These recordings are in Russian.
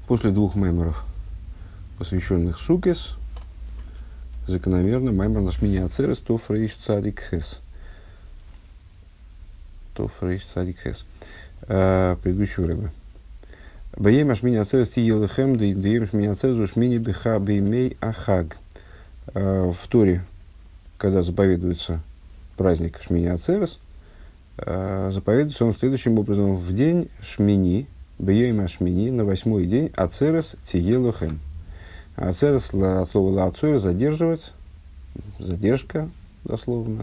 После двух маймеров, посвященных Суккес, закономерно маймер наш мини ацерес Тов Рейш Цадик Хес. Предыдущего рыба. Баем аш мини ацерес ти елэхэм, да ем аш мини ацерес уж мини биха беймей ахаг. В Торе, когда заповедуется праздник Шмини Ацерес, заповедуется он следующим образом: в день Шмини, Бейоим Ашмини, на 8-й день, Ацерес Тиелухем. Ацерес от слова лаацуэр, задерживать, задержка, дословно.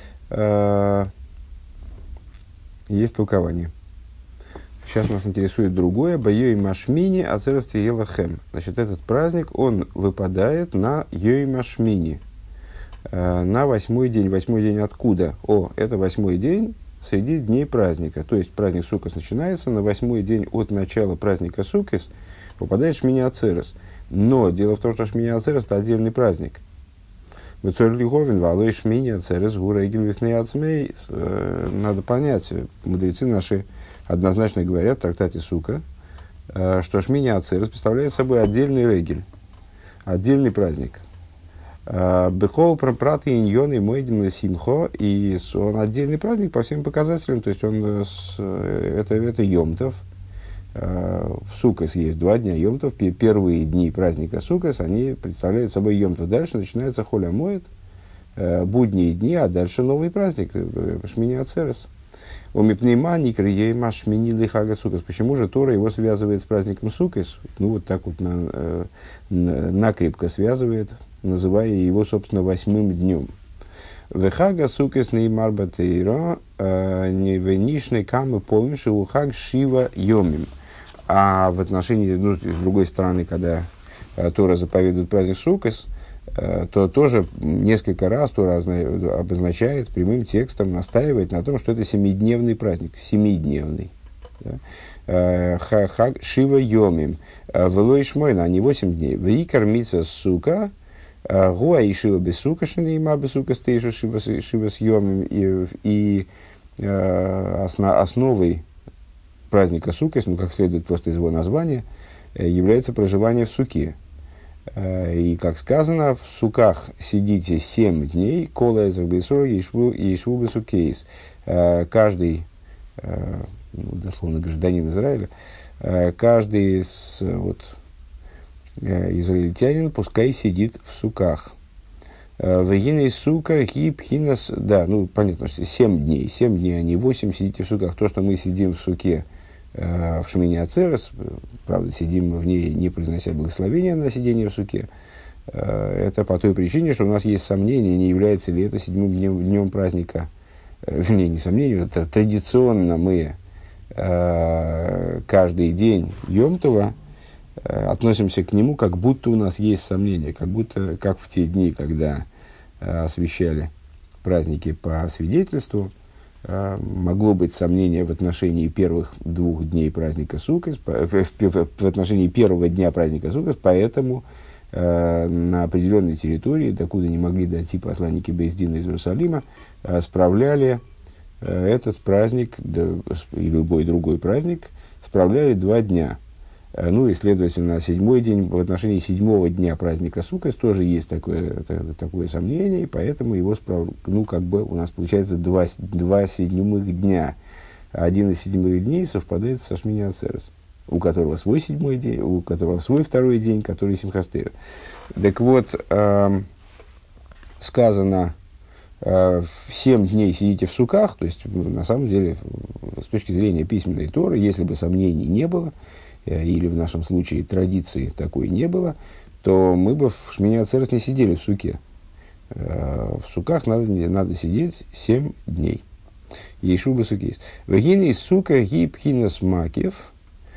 Есть толкование. Сейчас нас интересует другое. Бейоим Ашмини, Ацерес Тиелухем. Значит, этот праздник, он выпадает на Йоим Ашмини, на 8-й день. 8-й день откуда? Это 8-й день среди дней праздника. То есть праздник Суккос начинается на 8-й день от начала праздника Суккос, попадает Шмини Ацерес. Но дело в том, что Шмини Ацерес – это отдельный праздник. Надо понять, мудрецы наши однозначно говорят в трактате Сука, что Шмини Ацерес представляет собой отдельный регель, отдельный праздник. Бехол прат и иньон и мойдин симхо, и он отдельный праздник по всем показателям, то есть он это Йомтов. В Суккос есть 2 дня Йомтов, первые дни праздника Суккос, они представляют собой Йомтов. Дальше начинается Холь ха-Моэд, будние дни, а дальше новый праздник Шмини Ацерес. Омипнейманик риейма Шмини лихага Суккос. Почему же Тора его связывает с праздником Суккос? Ну вот так вот накрепко связывает, называя его, собственно, 8-м днем. Вехага Суккос неймар батейро невенишный камы помнишь ухаг шива йомим. А в отношении, с другой стороны, когда Тора заповедует праздник Суккос, то тоже несколько раз Тора обозначает прямым текстом, настаивает на том, что это 7-дневный праздник, 7-дневный. Хаг шива йомим. Велой шмойна, а не 8 дней. Вейкар мица сука, гуа и шива без сука, шенеймар без сука стейшу шива с йомим. И основой праздника Суккос, как следует просто из его названия, является проживание в суке. И, как сказано, в суках сидите 7 дней, кола эзер бейсор и ишву бесукейс. Каждый, дословно, гражданин Израиля, каждый израильтянин пускай сидит в суках. Вегиней сука гибхинас, понятно, что 7 дней, а не 8 сидите в суках. То, что мы сидим в суке в Шмини Ацерес, правда, сидим в ней, не произнося благословения на сидение в суке, это по той причине, что у нас есть сомнения, не является ли это 7-м днем праздника. Вернее, не сомнения, это традиционно мы каждый день Йом-Това относимся к нему, как будто у нас есть сомнения, как будто, как в те дни, когда освящали праздники по свидетельству, могло быть сомнение в отношении первых 2 дней праздника Суккос, в отношении первого дня праздника Суккос, поэтому на определенной территории, докуда не могли дойти посланники Бейс Дина из Иерусалима, справляли этот праздник, и любой другой праздник, справляли 2 дня. И, следовательно, 7-й день, в отношении 7-го дня праздника Суккос тоже есть такое сомнение, и поэтому его у нас получается 2 7-х дня. Один из 7-х дней совпадает со Шмини Ацерес, у которого свой 7-й день, у которого свой 2-й день, который Симхас-Тейра. Так вот, сказано, 7 дней сидите в суках, то есть, на самом деле, с точки зрения письменной Торы, если бы сомнений не было, или в нашем случае традиции такой не было, то мы бы в Шмини Ацерес не сидели в суке. В суках надо сидеть 7 дней. Ейшуба сукейс. Вагины сука гибхинас макев.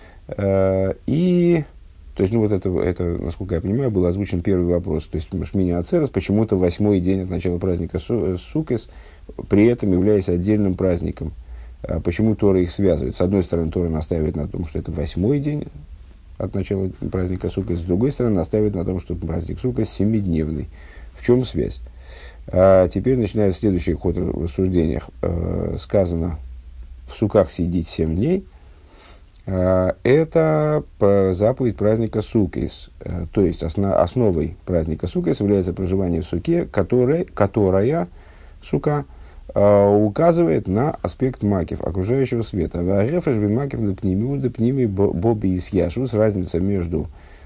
И, то есть, это, насколько я понимаю, был озвучен первый вопрос. То есть, Шмини Ацерес почему-то 8-й день от начала праздника Суккос, при этом являясь отдельным праздником. Почему Тора их связывает? С одной стороны, Тора настаивает на том, что это 8-й день от начала праздника Суккос, с другой стороны, настаивает на том, что праздник Суккос 7-дневный. В чем связь? Теперь начинается следующий ход в рассуждениях. Сказано, в суках сидеть 7 дней. Это заповедь праздника Суккейс. То есть основой праздника Суккейс является проживание в суке, которая сука, указывает на аспект макив, окружающего света. Варефреш би макив допними боби и сяшвус, разница между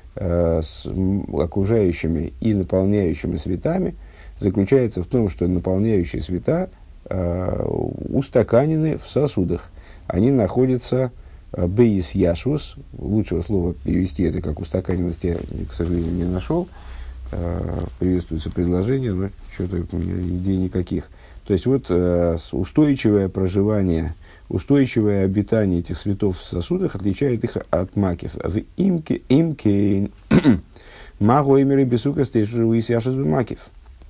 окружающими и наполняющими светами заключается в том, что наполняющие света устаканены в сосудах. Они находятся бейс яшвус, лучшего слова перевести это как устаканенность я, к сожалению, не нашел. Приветствуется предложение, но что-то у меня идей никаких. То есть вот устойчивое проживание, устойчивое обитание этих светов в сосудах отличает их от макив. В имке магоймеры бесука стейшуисяшус макив.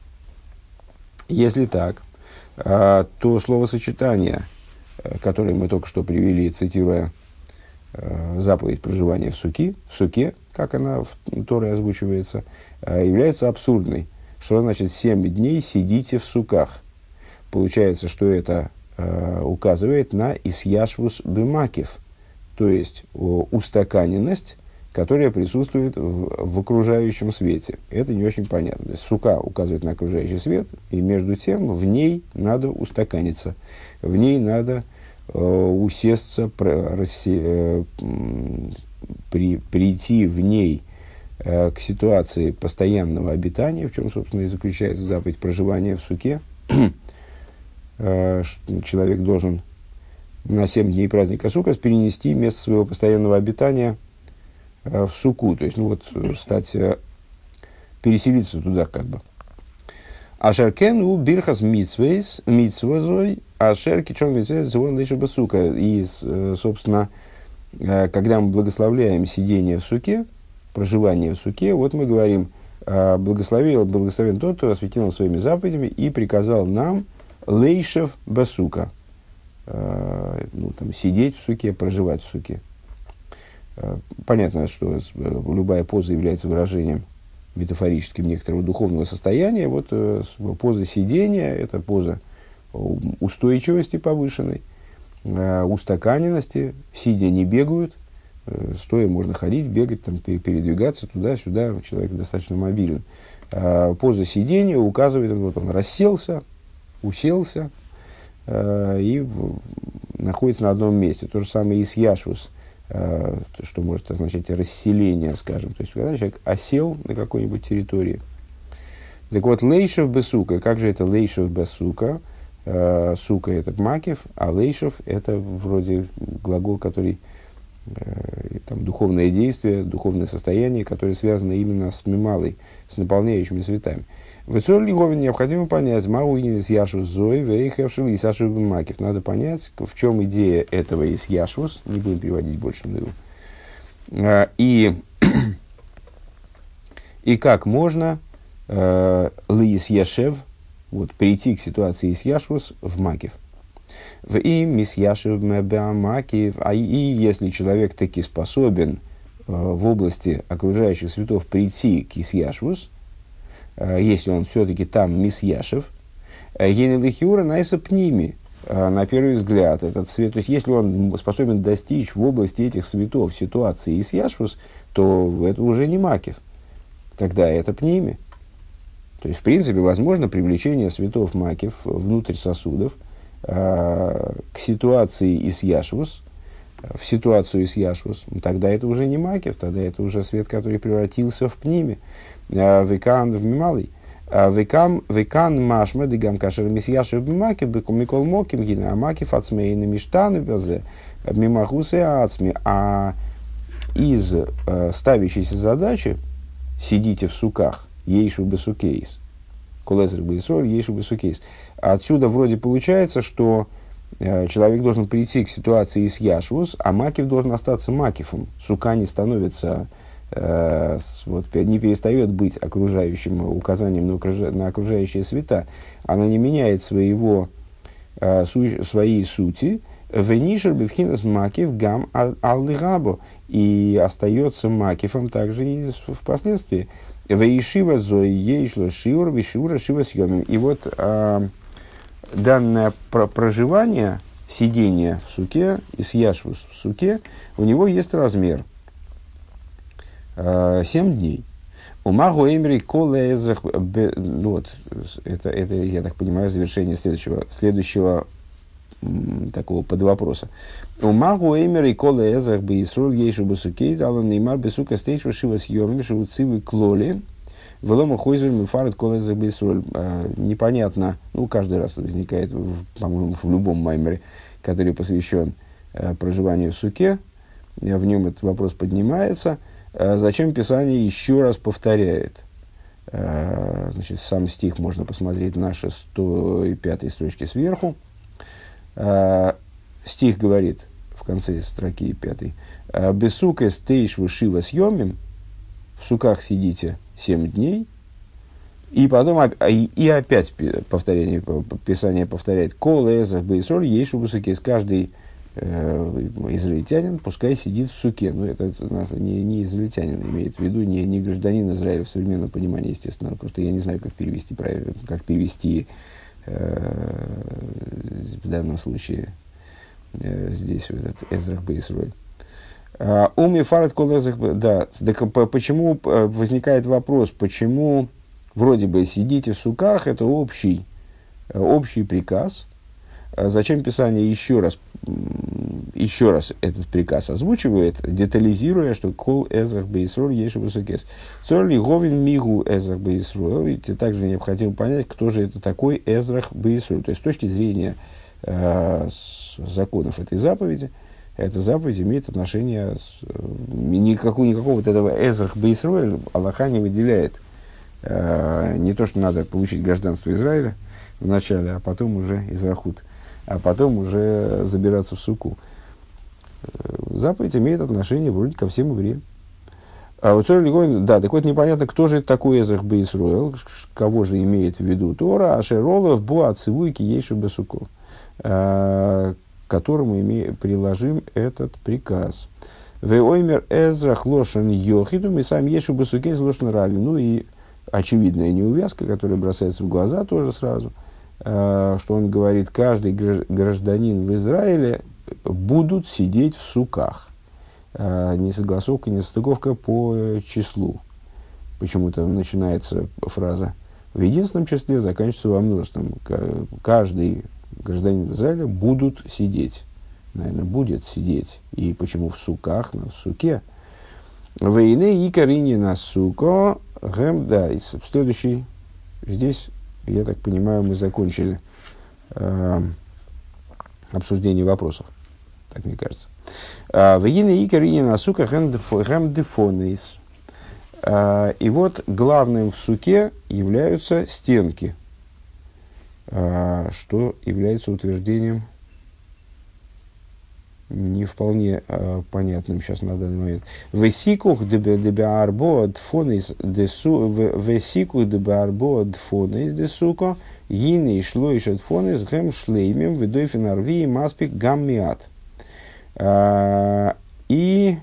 Если так, то словосочетание, которое мы только что привели, цитируя заповедь проживания в суке, как она в Торе озвучивается, является абсурдной. Что значит 7 дней сидите в суках? Получается, что это указывает на исьяшвус бемакив, то есть устаканенность, которая присутствует в окружающем свете. Это не очень понятно. То есть сука указывает на окружающий свет, и между тем в ней надо устаканиться, в ней надо усесться, прийти в ней к ситуации постоянного обитания, в чем, собственно, и заключается заповедь проживания в суке. Человек должен на 7 дней праздника Суккот перенести место своего постоянного обитания в суку, то есть, переселиться туда, как бы. Ашеркен у бирхас митцвозой, ашер кичон митцвейс зевон лейшер басука. И, собственно, когда мы благословляем сидение в суке, проживание в суке, вот мы говорим, благословен тот, кто осветил нас своими заповедями и приказал нам лейшев басука, сидеть в суке, проживать в суке. Понятно, что любая поза является выражением метафорическим некоторого духовного состояния. Вот поза сидения – это поза устойчивости повышенной, устаканенности. Сидя не бегают, стоя можно ходить, бегать, передвигаться туда-сюда. Человек достаточно мобилен. Поза сидения указывает, вот он расселся, уселся и находится на одном месте. То же самое и с яшвус, что может означать расселение, скажем. То есть, когда человек осел на какой-нибудь территории. Так вот, лейшев бесука. Как же это лейшев бесука? Сука – это макив, а лейшев – это вроде глагол, который духовное действие, духовное состояние, которое связано именно с мималой, с наполняющими светами. В Ицор Лиговин необходимо понять, мауинис яшвус зой, вейхевшил и сашев макив. Надо понять, в чем идея этого из яшвус. Не будем переводить больше на его. И как можно лиис яшев, прийти к ситуации из яшвус в макив. В им мис яшев макив. И если человек таки способен в области окружающих светов прийти к исьяшвус, если он все-таки там мисьяшев, енелихиура найса пними, на первый взгляд, этот свет, то есть если он способен достичь в области этих светов ситуации исьяшвус, то это уже не макив, тогда это пними. То есть, в принципе, возможно привлечение светов макив внутрь сосудов к ситуации исьяшвус, в ситуацию исьяшвус, тогда это уже не макив, тогда это уже свет, который превратился в пними. Векан в мималый. Векан машма дигам кашер мисьяшев бимакив бекумикол моким гина амакив ацмейны миштаны безе мимахусы ацми. А из ставящейся задачи сидите в суках ейшу бесукейс колезер бейсоль ейшу бесукейс. Отсюда вроде получается, что человек должен прийти к ситуации с яшвус, а макив должен остаться макифом. Сука не становится, не перестает быть окружающим указанием на окружающие света. Она не меняет своей сути. Венишер бифхинас макив гам аллигабо. И остается макифом также и впоследствии. Вейшива зои ейшло шиур вишура шива съемим. И вот данное проживание сидения в суке, и съяшву в суке, у него есть размер 7 дней. Умагу эмри колезах, вот, это, я так понимаю, завершение следующего такого подвопроса. Умагу эмери колезах бы исрол ейшу басукей, алан неймар басука стейшва шива съемим шуцивы клоли, велома хойзер мифарет колезах бы исрол. Непонятно, ну, каждый раз возникает, по-моему, в любом маймере, который посвящен проживанию в суке, в нем этот вопрос поднимается. Зачем Писание еще раз повторяет? Значит, сам стих можно посмотреть на 105 строчке сверху. Стих говорит в конце строки 5. «Бесука стейш вышива съемим», в суках сидите 7 дней. И потом и опять повторение, Писание повторяет «Кол эзах бейсроль ейшу бусуке». Каждый израильтянин пускай сидит в суке. Но это не израильтянин имеет в виду, не гражданин Израиля в современном понимании, естественно. Просто я не знаю, как перевести правильно, как перевести в данном случае здесь вот этот Эзрах Бейсрой. Уми фарат кол эзрах, да. Почему возникает вопрос, почему вроде бы сидите в суках, это общий приказ. Зачем Писание еще раз этот приказ озвучивает, детализируя, что кол эзрах бейсроль ейшу бусукес. Цорли говин мигу эзрах бейсроль. И также необходимо понять, кто же это такой эзрах бейсроль. То есть, с точки зрения законов этой заповеди, эта заповедь имеет отношение никакого вот этого эзрах бейсроль Аллаха не выделяет. Не то, что надо получить гражданство Израиля вначале, а потом уже израхут, а потом уже забираться в суку. Заповедь имеет отношение вроде ко всем евреям. А вот да, так вот непонятно, кто же это такой Эзрах Бейсруэл, кого же имеет в виду Тора, Ашеролов Буа Цивуйки Ейшу Бесуку, которому приложим этот приказ. Веоймер Эзрах Лошен Йохиду, мы сам Ейшу Бесуке из Лошен Рави. Ну и очевидная неувязка, которая бросается в глаза тоже сразу, что он говорит, каждый гражданин в Израиле будут сидеть в суках. Несогласовка, несостыковка по числу. Почему-то начинается фраза в единственном числе, заканчивается во множественном. Каждый гражданин Израиля будут сидеть. Наверное, будет сидеть. И почему в суках, в суке? Вейне и карини на суко. Да, и следующий. Здесь, я так понимаю, мы закончили обсуждение вопросов. Так мне кажется. Вейне и карини на сука гэмдефонейс. И вот главным в суке являются стенки, что является утверждением не вполне понятным сейчас на данный момент. Весикух дебеарбо дфонейс десуко гины шло еще дфонейс гэм шлеймем ведойфен арви маспик гаммиат. И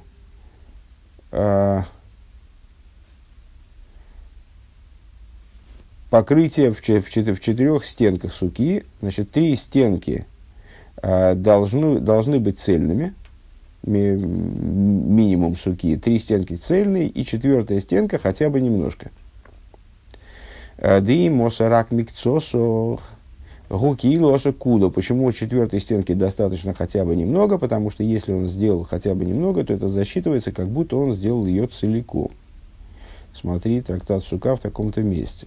покрытие в 4 стенках суки, значит, 3 стенки должны быть цельными, минимум суки, 3 стенки цельные, и 4-я стенка хотя бы немножко. Ди мосарак микцосо гуки лоса куда. Почему 4-й стенки достаточно хотя бы немного? Потому что если он сделал хотя бы немного, то это засчитывается, как будто он сделал ее целиком. Смотри, трактат Сука в таком-то месте.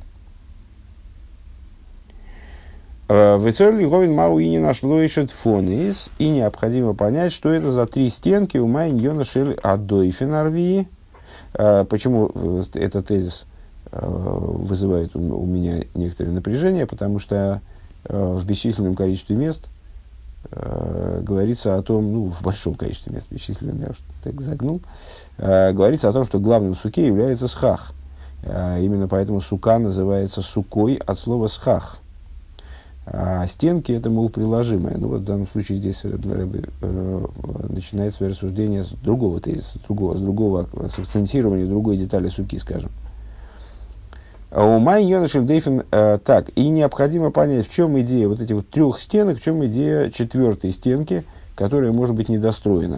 В Ицорле Говин Мау и не нашло еще фонис, и необходимо понять, что это за 3 стенки у Майньона Шель Адойфенарвии. Почему этот тезис вызывает у меня некоторое напряжение? Потому что в бесчисленном количестве мест говорится о том, ну, в большом количестве мест, бесчисленным, я уж так загнул, говорится о том, что главным в суке является схах. Именно поэтому сука называется сукой от слова схах. А стенки это, мол, приложимое. Ну, вот в данном случае здесь начинает свое рассуждение с другого тезиса, с акцентирования другой детали суки, скажем. У Майньонашев Дейфен, так, и необходимо понять, в чем идея вот этих вот трех стенок, в чем идея четвертой стенки, которая может быть недостроена.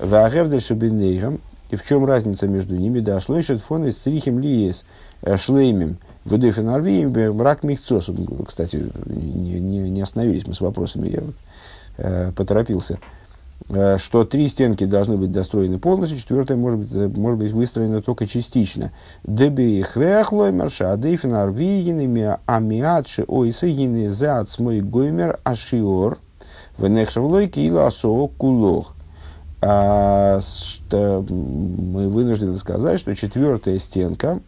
И в чем разница между ними? Да, шлойшет фон из црихим лиес шлеймим выдойфен арвием рак михцос. Кстати, не остановились мы с вопросами, я вот, поторопился. Что три стенки должны быть достроены полностью, четвертая может быть выстроена только частично. Деби хреахлой марша дейфен арвиенами амиадши ойсегины за отсмой гоймер ашиор венехшавлой кило асоо кулох. Мы вынуждены сказать, что четвертая стенка,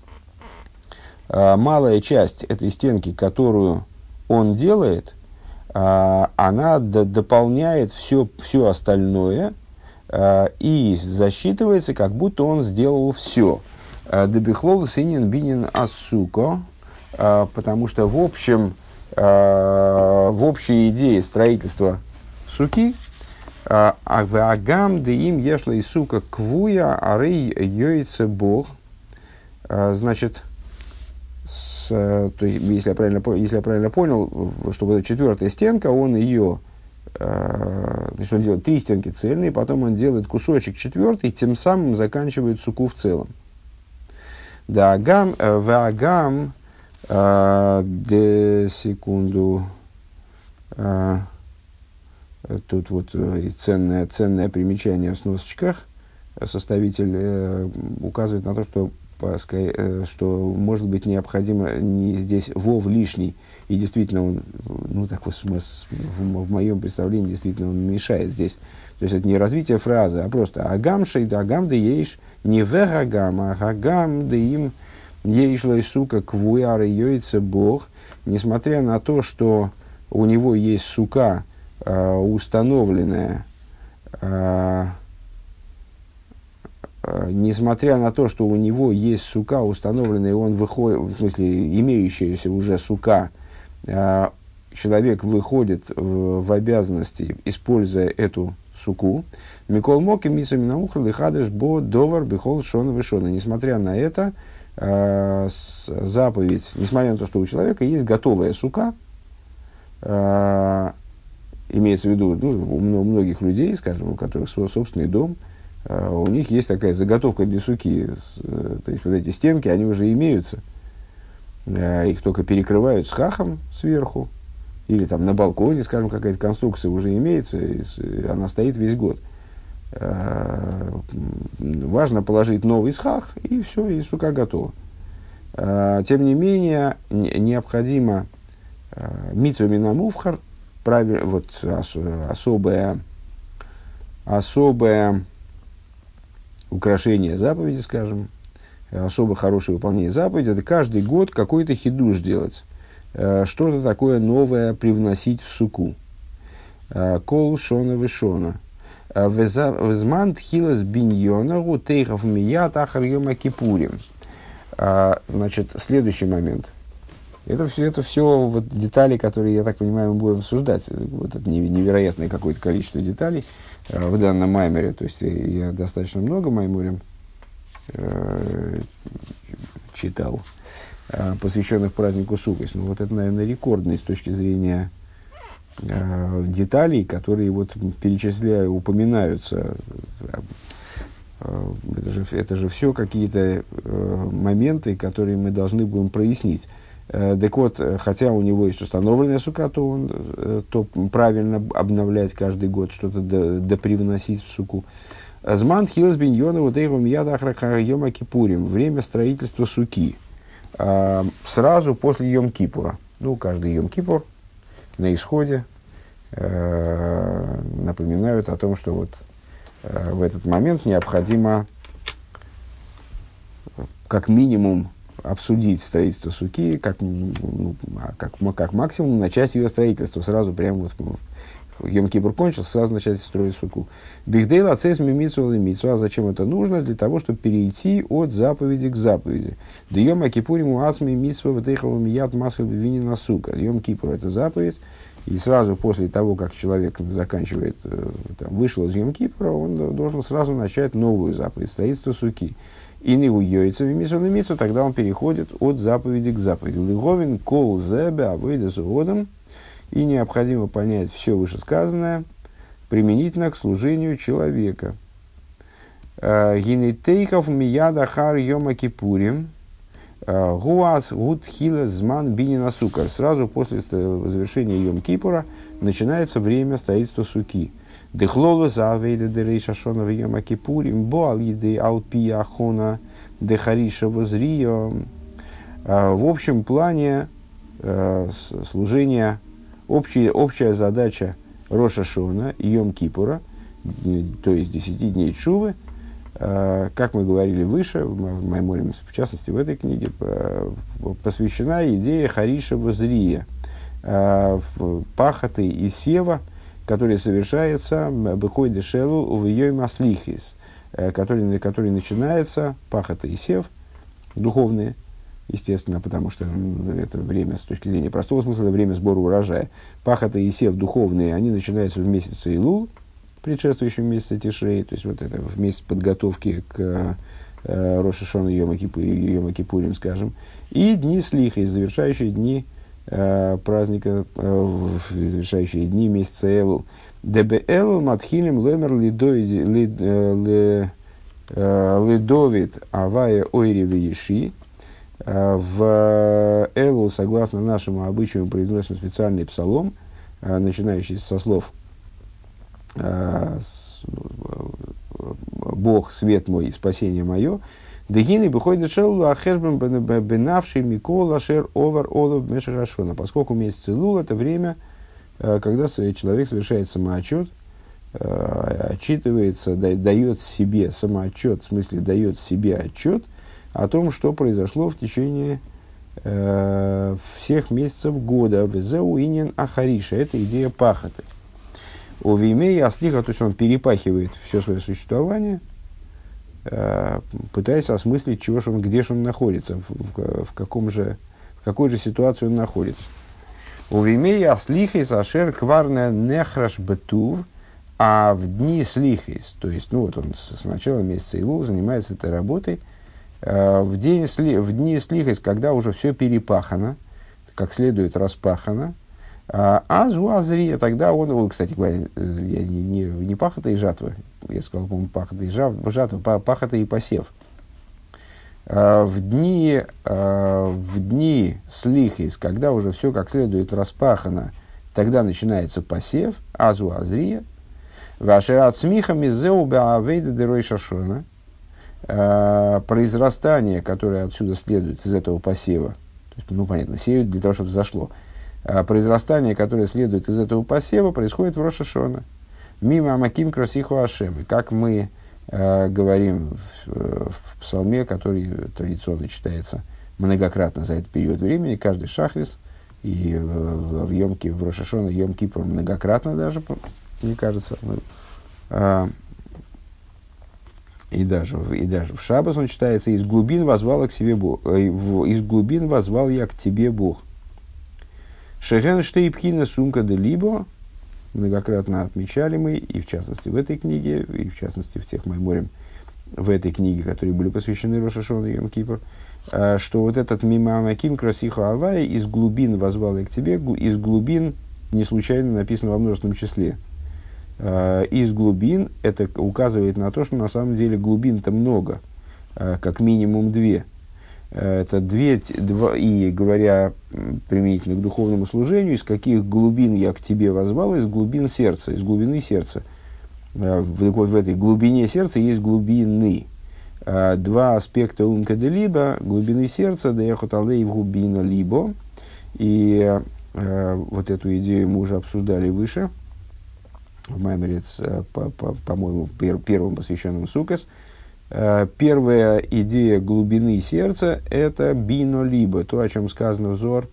малая часть этой стенки, которую он делает, она дополняет все остальное и засчитывается, как будто он сделал все. Дебихлол синин бинин асуко, потому что в общей идее строительства суки агам да им ешла и сука квуя арей йойце бог. Значит, то есть, если я правильно понял, что вот четвертая стенка, он ее, значит, он делает три стенки цельные, потом он делает кусочек четвертый, тем самым заканчивает суку в целом. Да, агам, вагам, секунду. Тут вот ценное примечание в сносочках. Составитель указывает на то, что может быть необходимо здесь вов лишний. И действительно он, ну так вот в моем представлении, действительно он мешает здесь. То есть это не развитие фразы, а просто агам шейд, агам да ейш, не вег агам, а агам да им ейш лой сука квуяр йойце бог. Несмотря на то, что у него есть сука, установленная, несмотря на то, что у него есть сука установленная, он выходит, в смысле, имеющаяся уже сука, человек выходит в обязанности, используя эту суку. Микол Моки Мисами Наухр Лихадыш Бо Довар Бихол Шона Вишона. Несмотря на это, заповедь, несмотря на то, что у человека есть готовая сука, имеется в виду, ну, у многих людей, скажем, у которых свой собственный дом, у них есть такая заготовка для суки. То есть вот эти стенки, они уже имеются. Их только перекрывают схахом сверху. Или там на балконе, скажем, какая-то конструкция уже имеется, и она стоит весь год. Важно положить новый схах, и все, и сука готова. Тем не менее, необходимо мицва минамувхар, вот особое украшение заповеди, скажем, особо хорошее выполнение заповеди, это каждый год какой-то хидуш делать, что-то такое новое привносить в суку. Кол шона вешона. Везман тхилас биньона гутейхов мият ахар йома кипурим. Значит, следующий момент. Это все вот детали, которые, я так понимаю, мы будем обсуждать. Вот это невероятное какое-то количество деталей в данном маймере. То есть я достаточно много майморем читал, посвященных празднику Суккот. Но вот это, наверное, рекордный с точки зрения деталей, которые вот перечисляю, упоминаются. Это же все какие-то моменты, которые мы должны будем прояснить. Так вот, хотя у него есть установленная сука, то правильно обновлять каждый год, что-то допривносить в суку. Зман хилс биньона вот эйгом ядахраха йома кипурим. Время строительства суки. Сразу после Йом Кипура. Ну, каждый Йом Кипур на исходе напоминают о том, что вот в этот момент необходимо как минимум обсудить строительство суки, как максимум начать ее строительство. Сразу прямо вот Йом Кипур кончился, сразу начать строить суку. Бихдейл ацес мимитсу и митсу. А зачем это нужно? Для того, чтобы перейти от заповеди к заповеди. Да Йом Кипурим ацми митсу ватейховым яд масл бивинина сука. Йом Кипур — это заповедь. И сразу после того, как человек заканчивает, вышел из Йом Кипура, он должен сразу начать новую заповедь, строительство суки. И не уйдется в мису на мису, тогда он переходит от заповеди к заповеди. Лиговин кол зебе авойда зуодом. И необходимо понять все вышесказанное применительно к служению человека. Гинетейков мияда хар йома кипурим. Гуас гуд хила зман бинина сукар. Сразу после завершения Йом Кипура начинается время строительства суки. Дехлолу завейда дерейша шона в Йома Кипурим бо алиды алпи ахона дехариша возрио. В общем плане служение, общая задача Роша Шона и Йом Кипура, то есть 10 дней Тшувы, как мы говорили выше, в Майморе, в частности в этой книге, посвящена идее Хариша Возрия, пахоты и сева, который совершается Бехой Дешелу в Йойм Аслихис, который начинается, пахота и сев, духовные, естественно, потому что это время, с точки зрения простого смысла, это время сбора урожая. Пахота и сев духовные, они начинаются в месяц Илул, предшествующем месяце Тишрей, то есть вот это в месяц подготовки к Рош ха-Шана и Йома Кипурим, скажем, и дни Слиха, завершающие дни праздника, завершающие дни месяца Элул. Дебе Элул матхилем лемер лидовит авая ойри веши. В Элул, согласно нашему обычаю, мы произносим специальный псалом, начинающийся со слов «Бог, свет мой и спасение мое». Дегины выходит шелу ахешбен бенавший микол ашер овар олов мешахашона. Поскольку месяц Илул – это время, когда человек совершает самоотчет, отчитывается, дает себе самоотчет, в смысле дает себе отчет о том, что произошло в течение всех месяцев года. Везеу инин ахариша – это идея пахоты. У Вимея Аслиха, то есть он перепахивает все свое существование, пытаясь осмыслить, где же он находится, в какой же ситуации он находится. У Вимея Аслиха Сашер Кварна Нехраш Бетув, а в дни Слихис, то есть, он с начала месяца Илул занимается этой работой, в дни Слихис, когда уже все перепахано, как следует распахано, Азуазрия, тогда он, кстати говоря, не пахота и жатва, я сказал, по-моему, пахота и жатва, пахота и посев. В дни Слихис, когда уже все как следует распахано, тогда начинается посев, Азуазрия, Вашерат смиха мизеу беавейда дерой шашона, произрастание, которое отсюда следует из этого посева, то есть, понятно, сеют для того, чтобы взошло. Произрастание, которое следует из этого посева, происходит в Рош ха-Шана. Мимо Амаким Красиху Ашем. Как мы говорим в псалме, который традиционно читается многократно за этот период времени, каждый шахрис, и в Рош ха-Шана, Йом Кипур многократно даже, мне кажется. И даже в Шаббос он читается: «Из глубин возвал я к себе Бог, из глубин возвал я к тебе, Бог». Шеген штейпхина сумка де либо, многократно отмечали мы, и в частности в этой книге, и в частности в тех Майморем, в этой книге, которые были посвящены Рош ха-Шана и Йом Кипур, что вот этот мимамаким красиха авай, из глубин возвал я к тебе, из глубин не случайно написано во множественном числе. Из глубин это указывает на то, что на самом деле глубин-то много, как минимум две. Это два, и говоря применительно к духовному служению, из каких глубин я к тебе возвал, из глубин сердца, из глубины сердца. В этой глубине сердца есть глубины. Два аспекта умка де либо, глубины сердца, да яхоталей в глубина либо. И вот эту идею мы уже обсуждали выше, в Маймере, по-моему, первым посвященным Суккос. Первая идея глубины сердца – это бино либо, то, о чем сказано в Зоар.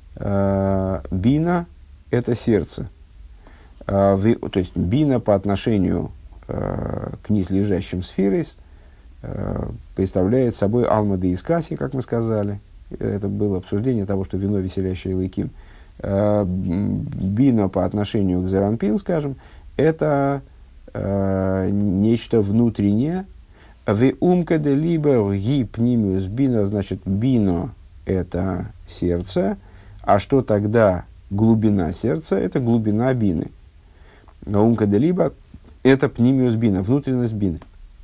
Бина – это сердце. То есть бина по отношению к низлежащим сферис представляет собой алма де искаси, как мы сказали. Это было обсуждение того, что вино веселящее лейким. Бина по отношению к зеранпин, скажем, это нечто внутреннее, В умка де либо ги пнимиус бина, значит, бино – это сердце, а что тогда глубина сердца – это глубина бины. Умка де либо – это пнимиус бина, внутренность бины.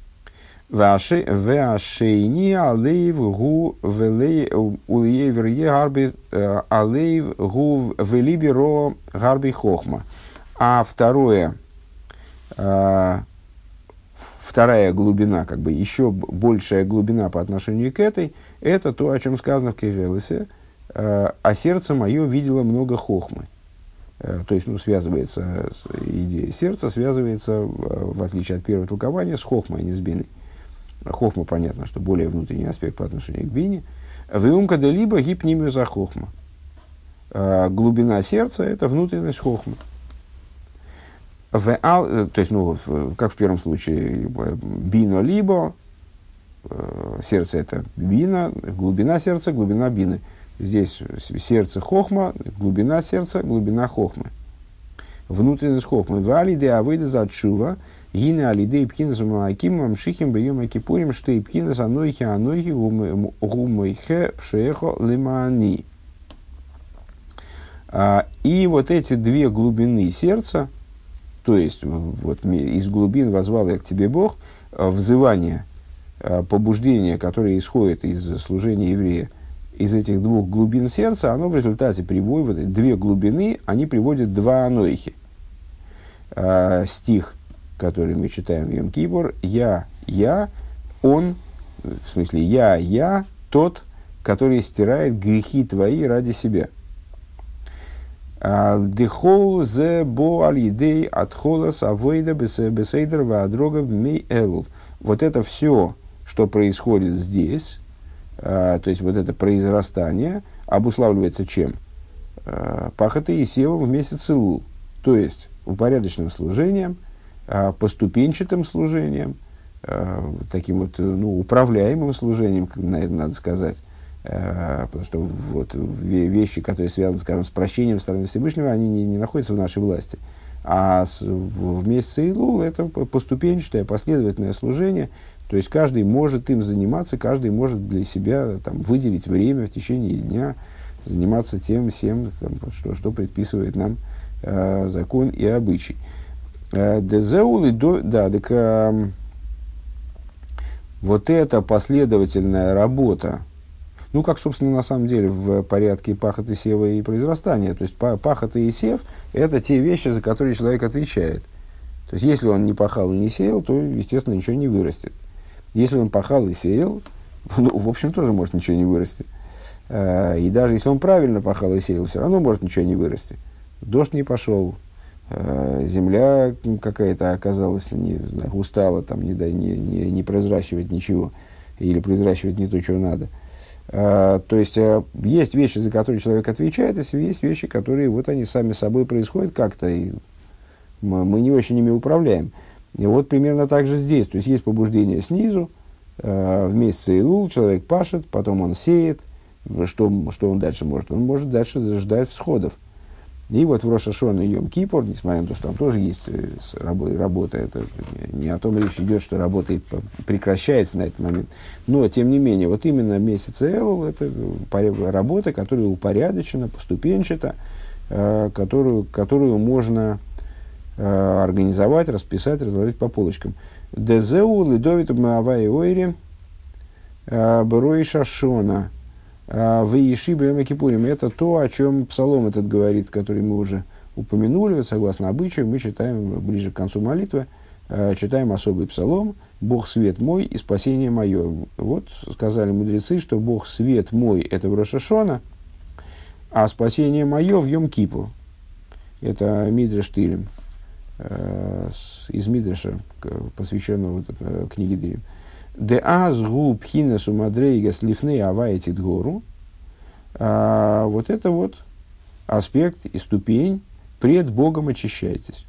Веашейни алейв гу улиевер е гарби алейв гу велиберо гарби хохма. А вторая глубина, как бы еще большая глубина по отношению к этой, это то, о чем сказано в Кегелесе, а сердце мое видело много хохмы. То есть, связывается с идеей сердца, связывается, в отличие от первого толкования, с хохмой, а не с биной. Хохма, понятно, что более внутренний аспект по отношению к бине. Веумка де либо гипнимию за хохма. Глубина сердца – это внутренность хохмы. То есть, как в первом случае, бино либо, сердце – это бина, глубина сердца, глубина бины. Здесь сердце хохма, глубина сердца, глубина хохмы. Внутренность хохмы. Валиде авыда за чува. Гине алидей пхинас мамаким мамшихим бьем акипурим что и пхинас анойхи гумойхе пшеехо лимани. И вот эти две глубины сердца, то есть вот из глубин возвал я к тебе Бог, взывание, побуждение, которое исходит из служения еврея, из этих двух глубин сердца, оно в результате приводит, вот две глубины, они приводят два анойхи. Стих, который мы читаем в Йом-Кипур, я, он, в смысле, я, тот, который стирает грехи твои ради себя. Дехол зе бо алидей атхолас авойда бесейдер ваадрога мей эл. Вот это все, что происходит здесь, то есть вот это произрастание, обуславливается чем? Пахотой и севом в месяц Илул. То есть упорядоченным служением, поступенчатым служением, таким вот управляемым служением, наверное, надо сказать. Потому что вот вещи, которые связаны, скажем, с прощением стороны Всевышнего, они не находятся в нашей власти. А в месяц Илул это поступенчатое, последовательное служение. То есть каждый может им заниматься, каждый может для себя выделить время в течение дня, заниматься тем, всем, что предписывает нам закон и обычай. Вот эта последовательная работа, как, собственно, на самом деле в порядке пахоты, сева и произрастания. То есть пахота и сев – это те вещи, за которые человек отвечает. То есть если он не пахал и не сеял, то, естественно, ничего не вырастет. Если он пахал и сеял, в общем, тоже может ничего не вырасти. И даже если он правильно пахал и сеял, все равно может ничего не вырасти. Дождь не пошел, земля какая-то оказалась устала, не произращивать ничего, или произращивать не то, что надо. То есть есть вещи, за которые человек отвечает, и есть вещи, которые вот они сами собой происходят как-то, и мы не очень ими управляем. И вот примерно так же здесь. То есть есть побуждение снизу, в месяц Илул человек пашет, потом он сеет. Что он дальше может? Он может дальше ждать всходов. И вот в Рош ха-Шана и Йом-Кипур, несмотря на то, что там тоже есть работа, это не о том речь идет, что работа прекращается на этот момент. Но, тем не менее, вот именно месяц Элул – это работа, которая упорядочена, поступенчата, которую можно организовать, расписать, разложить по полочкам. Дезеу лидовит маавай ойри брой шашона. В Ешибе Йом Кипурим. Это то, о чем псалом этот говорит, который мы уже упомянули. Согласно обычаю, мы читаем ближе к концу молитвы, читаем особый псалом «Бог свет мой и спасение мое». Вот сказали мудрецы, что Бог свет мой – это в Рош ха-Шана, а спасение мое в Йом-Кипур. Это Мидраш Тилим, из Мидраша, посвященного книге Дилим. Де азгу пхинасу мадрейгас лифней аваетит гору. Вот это вот аспект и ступень пред Богом очищайтесь.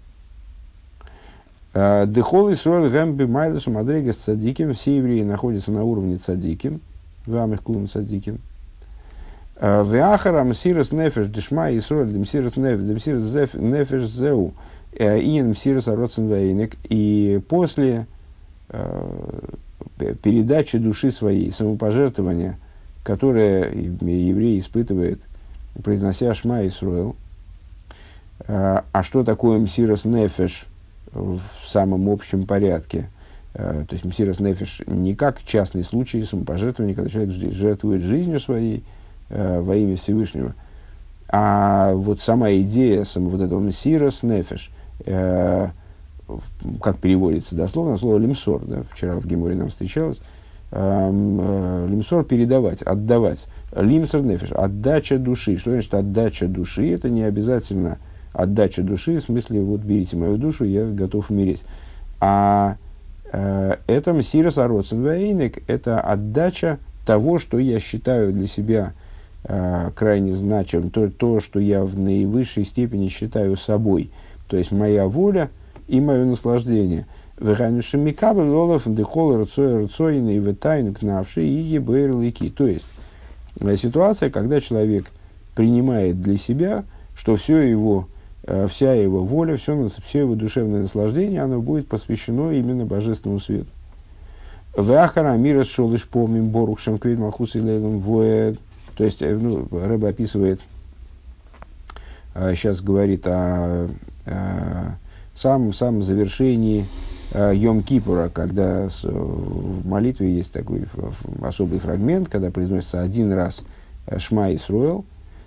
Дехол Исруэль гэмби майлесу мадрейгас цадиким. Все евреи находятся на уровне цадиким. Вам их клун цадиким. Веахарам сирос нефеш дешма Исруэль демсирос нефеш зеу. И мсирос ароцен вейник. И после передача души своей, самопожертвование, которое еврей испытывает, произнося Шма Исроэл. А что такое мсирос нефеш в самом общем порядке? То есть мсирос нефеш не как частный случай самопожертвования, когда человек жертвует жизнью своей во имя Всевышнего, а вот сама идея вот этого мсирос нефеш, как переводится дословно, слово лимсор, да, вчера в Геморе нам встречалось, лимсор – передавать, отдавать, лимсор нефеш – отдача души. Что значит отдача души? Это не обязательно отдача души, в смысле, вот берите мою душу, я готов умереть. А это мсирос ароцен ваэйнек, это отдача того, что я считаю для себя крайне значимым, то, что я в наивысшей степени считаю собой, то есть моя воля и мое наслаждение. То есть ситуация, когда человек принимает для себя, что вся его воля, все его душевное наслаждение, оно будет посвящено именно божественному свету. То есть, Рэбе описывает, сейчас говорит о самом завершении Йом-Кипура, когда в молитве есть такой особый фрагмент, когда произносится один раз Шма Исроэл,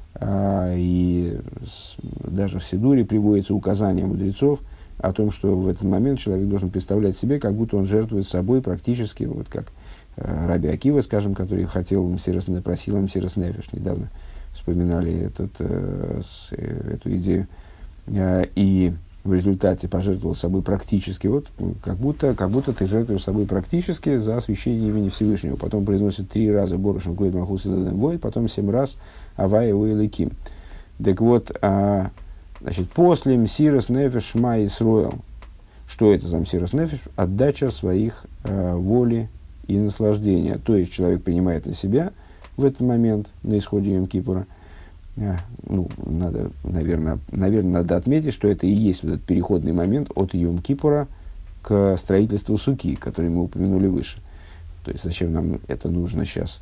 и даже в Сидуре приводится указание мудрецов о том, что в этот момент человек должен представлять себе, как будто он жертвует собой практически, вот как Раби Акива, скажем, который просил мсирос нефеш, недавно вспоминали эту идею, и в результате пожертвовал собой практически, вот как будто ты жертвуешь собой практически за освящение имени Всевышнего. Потом произносит 3 раза Борушем Куэд Малхус и Вой, потом 7 раз Авая Уэликим. Так вот, значит, после мсирос нефеш Шма Исроэл, что это за мсирос нефеш? Отдача своих воли и наслаждения. То есть человек принимает на себя в этот момент, на исходе Йом-Кипура. Наверное, надо отметить, что это и есть вот этот переходный момент от Йом-Кипура к строительству суки, который мы упомянули выше. То есть, зачем нам это нужно сейчас?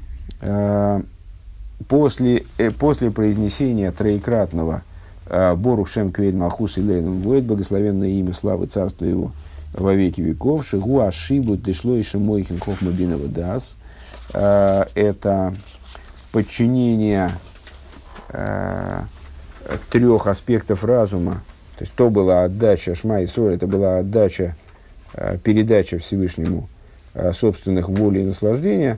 После произнесения троекратного Борух Шем Квейд Малхус и Лейном Воид, благословенное имя славы царства его во веки веков, Шигу Ашибу Дешло и Шимойхин Хохма Бинова Дас, это подчинение 3 аспектов разума. То есть то была отдача Шма Исроэль, это была отдача, передача Всевышнему собственных волей и наслаждения,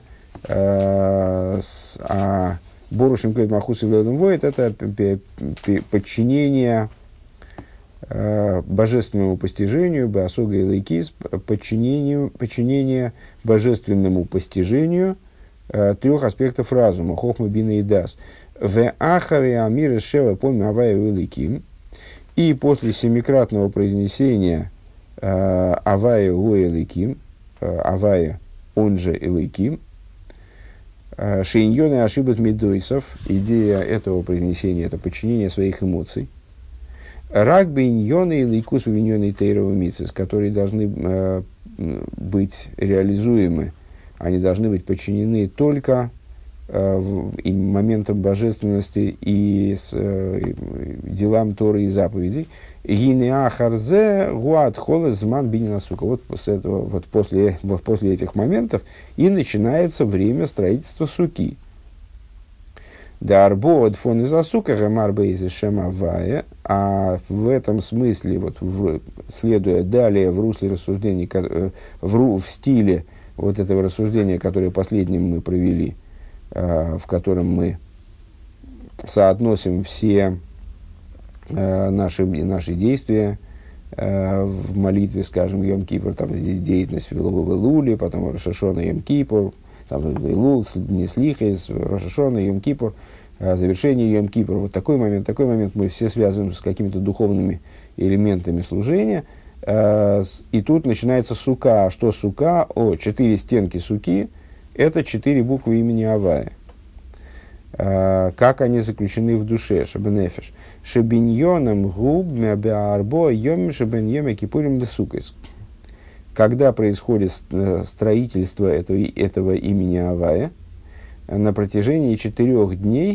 а Борушим Квейд Малхус и Лейном Воид это подчинение божественному постижению, Беасога и Лейкис, подчинение божественному постижению 3 аспектов разума, Хохма, Бина и Дас. В Ахаре Амира Шева помню Авая Уэликим. И после 7-кратного произнесения Авая Уэликим, Авая, он же Эликим, Шейньоны Ашибат Медойсов, идея этого произнесения – это подчинение своих эмоций. Рагби иньоны и лейкус виньоны тейрова митцвес, которые должны быть реализуемы, они должны быть подчинены только моментам божественности и делам Торы и заповедей. Гинеа харзе гуат холес зман бинина сука. Вот после этого, вот после этих моментов и начинается время строительства суки. Дарбо от фон из асука гамарбе из шемавая. А в этом смысле, вот следуя далее в русле рассуждений, в стиле вот этого рассуждения, которое последним мы провели, в котором мы соотносим все наши действия в молитве, скажем, Йом-Кипур, там здесь деятельность в Илуле, потом Рош ха-Шана, Йом-Кипур, там Илул, Неслихес, Рош ха-Шана, Йом-Кипур, завершение Йом-Кипур. Вот такой момент мы все связываем с какими-то духовными элементами служения. И тут начинается сука. Что сука? 4 стенки суки – это 4 буквы имени Авая. Как они заключены в душе, шабенефеш. Шабиньоном губ мябиарбо йом шабеньем кипурим десукес. когда происходит строительство этого имени Авая на протяжении 4 дней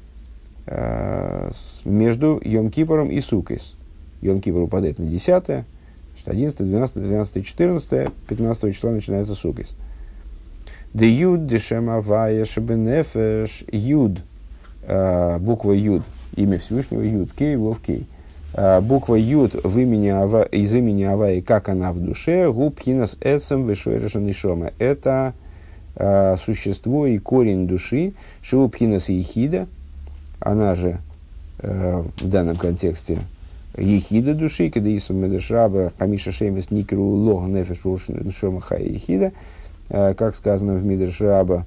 между Йом-Кипуром и Суккос. Йом-Кипур упадает на 10-е, 11, 12, 13, 14, 15 числа начинается Суккос. Де юд дешем авая шебенефеш юд, буква юд, имя Всевышнего юд, кей, вов кей. Буква юд в из имени Авая, как она в душе, губхинас эцем вешойрешен нишома. Это существо и корень души, шиупхинас ехида, она же в данном контексте ехида души, когда Исам Медешраба Хамиша Шемес Никру Лог Нефеш Шома Хай Ехида, как сказано в Мидраш-Раба.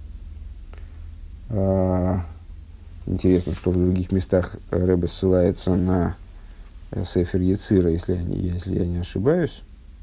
Интересно, что в других местах Ребе ссылается на Сефер Ецира, если я не ошибаюсь.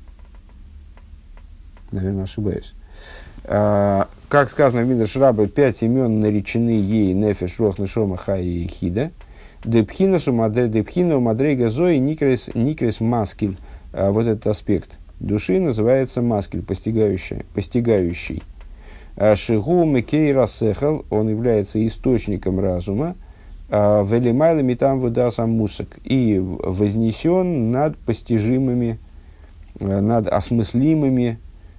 Наверное, ошибаюсь. Как сказано в Мидраш-Раба, 5 имен наречены ей Нефеш Рох Нешома Хай Ехида. Депхина мадрейга зои никрес маскиль. Вот этот аспект души называется маскиль, постигающий. Шигу мекей рассехал, он является источником разума. Велимайла митам выдаса мусак, и вознесен над постижимыми, над осмыслимыми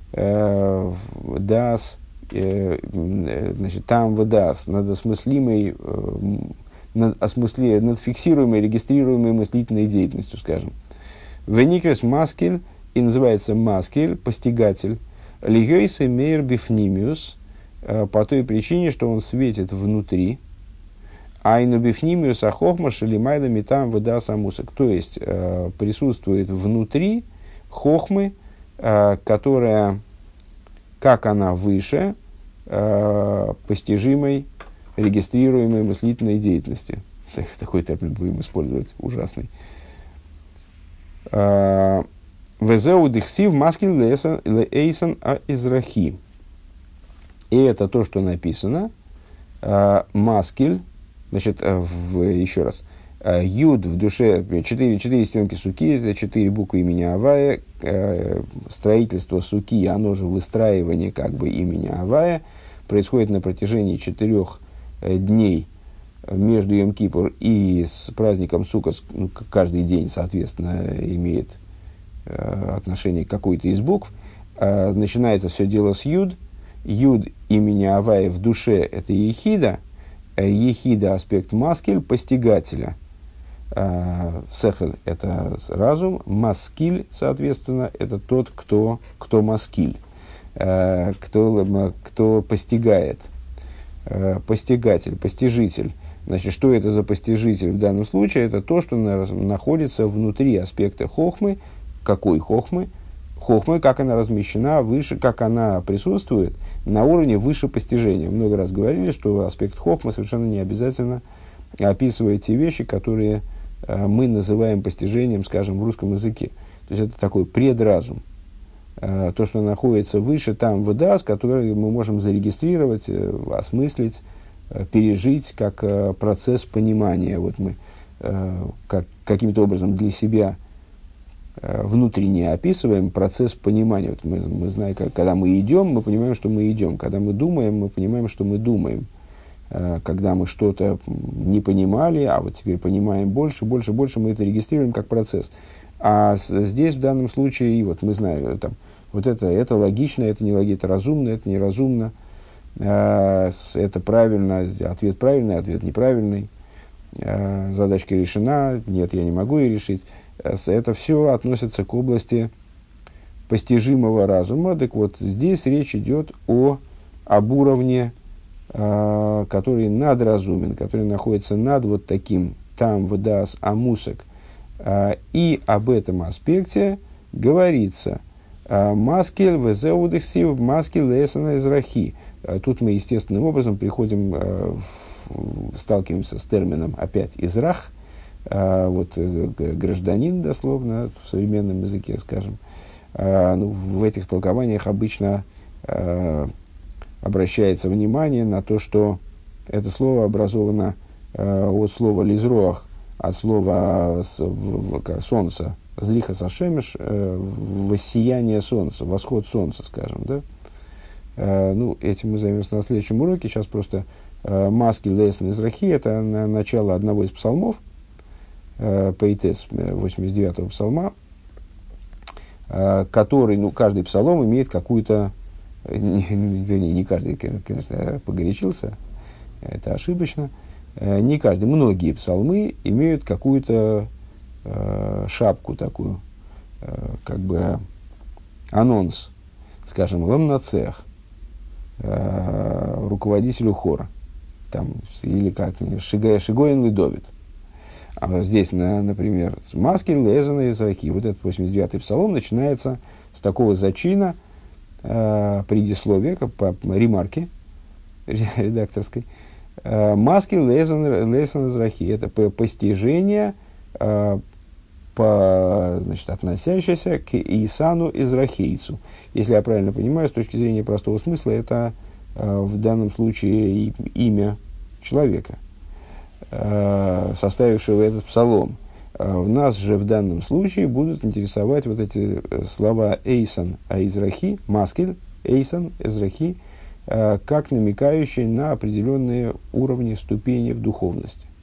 дас, значит, там выдас, над осмыслимой, над фиксируемой, регистрируемой мыслительной деятельностью, скажем. Веникрес маскель, и называется маскель, постигатель, лигейсе мейр бифнимиус, по той причине, что он светит внутри, айну бифнимиус ахохма шелимайда митам выдаса мусак, то есть присутствует внутри хохмы, которая, как она выше, постижимой, регистрируемой мыслительной деятельности. Такой термин будем использовать, ужасный. Везеу дихсив маскин лейсан израхи. И это то, что написано. Маскиль, значит, еще раз. Юд в душе, 4 стенки суки, это 4 буквы имени Авая. Строительство суки, оно же выстраивание как бы имени Авая, происходит на протяжении 4 дней между Йом-Кипур и с праздником Суккос, ну, каждый день, соответственно, имеет отношение к какой-то из букв. Начинается все дело с Юд. Юд имени Авая в душе – это Ехида. Ехида – аспект маскиль, постигателя. Сехель – это разум. Маскиль, соответственно, это тот, кто маскиль, кто постигает. Постигатель, постижитель. Значит, что это за постижитель в данном случае? Это то, что находится внутри аспекта хохмы. Какой хохмы? Хохмы, как она размещена выше, как она присутствует на уровне выше постижения. Много раз говорили, что аспект хохмы совершенно не обязательно описывает те вещи, которые мы называем постижением, скажем, в русском языке. То есть это такой предразум. То, что находится выше, там выдаст, который мы можем зарегистрировать, осмыслить, пережить как процесс понимания. Вот мы каким-то образом для себя внутренне описываем процесс понимания. Вот мы знаем, когда мы идем, мы понимаем, что мы идем. Когда мы думаем, мы понимаем, что мы думаем. Когда мы что-то не понимали, а вот теперь понимаем больше, мы это регистрируем как процесс. А здесь в данном случае, и вот мы знаем, там, вот это логично, это нелогично, это разумно, это неразумно, это правильно, ответ правильный, ответ неправильный, задачка решена, нет, я не могу ее решить. Это все относится к области постижимого разума. Так вот, здесь речь идет об уровне, который надразумен, который находится над вот таким там выдас амусак. И об этом аспекте говорится маскель везеудексив маскель лесана израхи. Тут мы естественным образом сталкиваемся с термином опять израх, вот гражданин дословно в современном языке, скажем. В этих толкованиях обычно обращается внимание на то, что это слово образовано от слова лизроах, от слова солнца, зриха сашемеш, воссияние солнца, восход солнца, скажем, да. Ну, этим мы займемся на следующем уроке. Сейчас просто маски лесн израхи, это начало одного из псалмов, Пейтес 89-го псалма, который, ну, каждый псалом имеет какую-то, вернее, не каждый, конечно, погорячился, это ошибочно, не каждый, многие псалмы имеют какую-то шапку такую, как бы анонс, скажем, ламнацех, руководителю хора, там, или как, Шигоин Лидовит. А здесь, например, с маски лезана из раки. Вот этот 89-й псалом начинается с такого зачина, предисловия, по ремарке редакторской. Маски лезана из раки. Это постижение, относящееся к Исану Израхейцу. Если я правильно понимаю, с точки зрения простого смысла, это в данном случае имя человека, составившего этот псалом. Нас же в данном случае будут интересовать вот эти слова «эйсан», а «израхи», «маскель», «эйсан», «израхи», как намекающие на определенные уровни, ступени в духовности.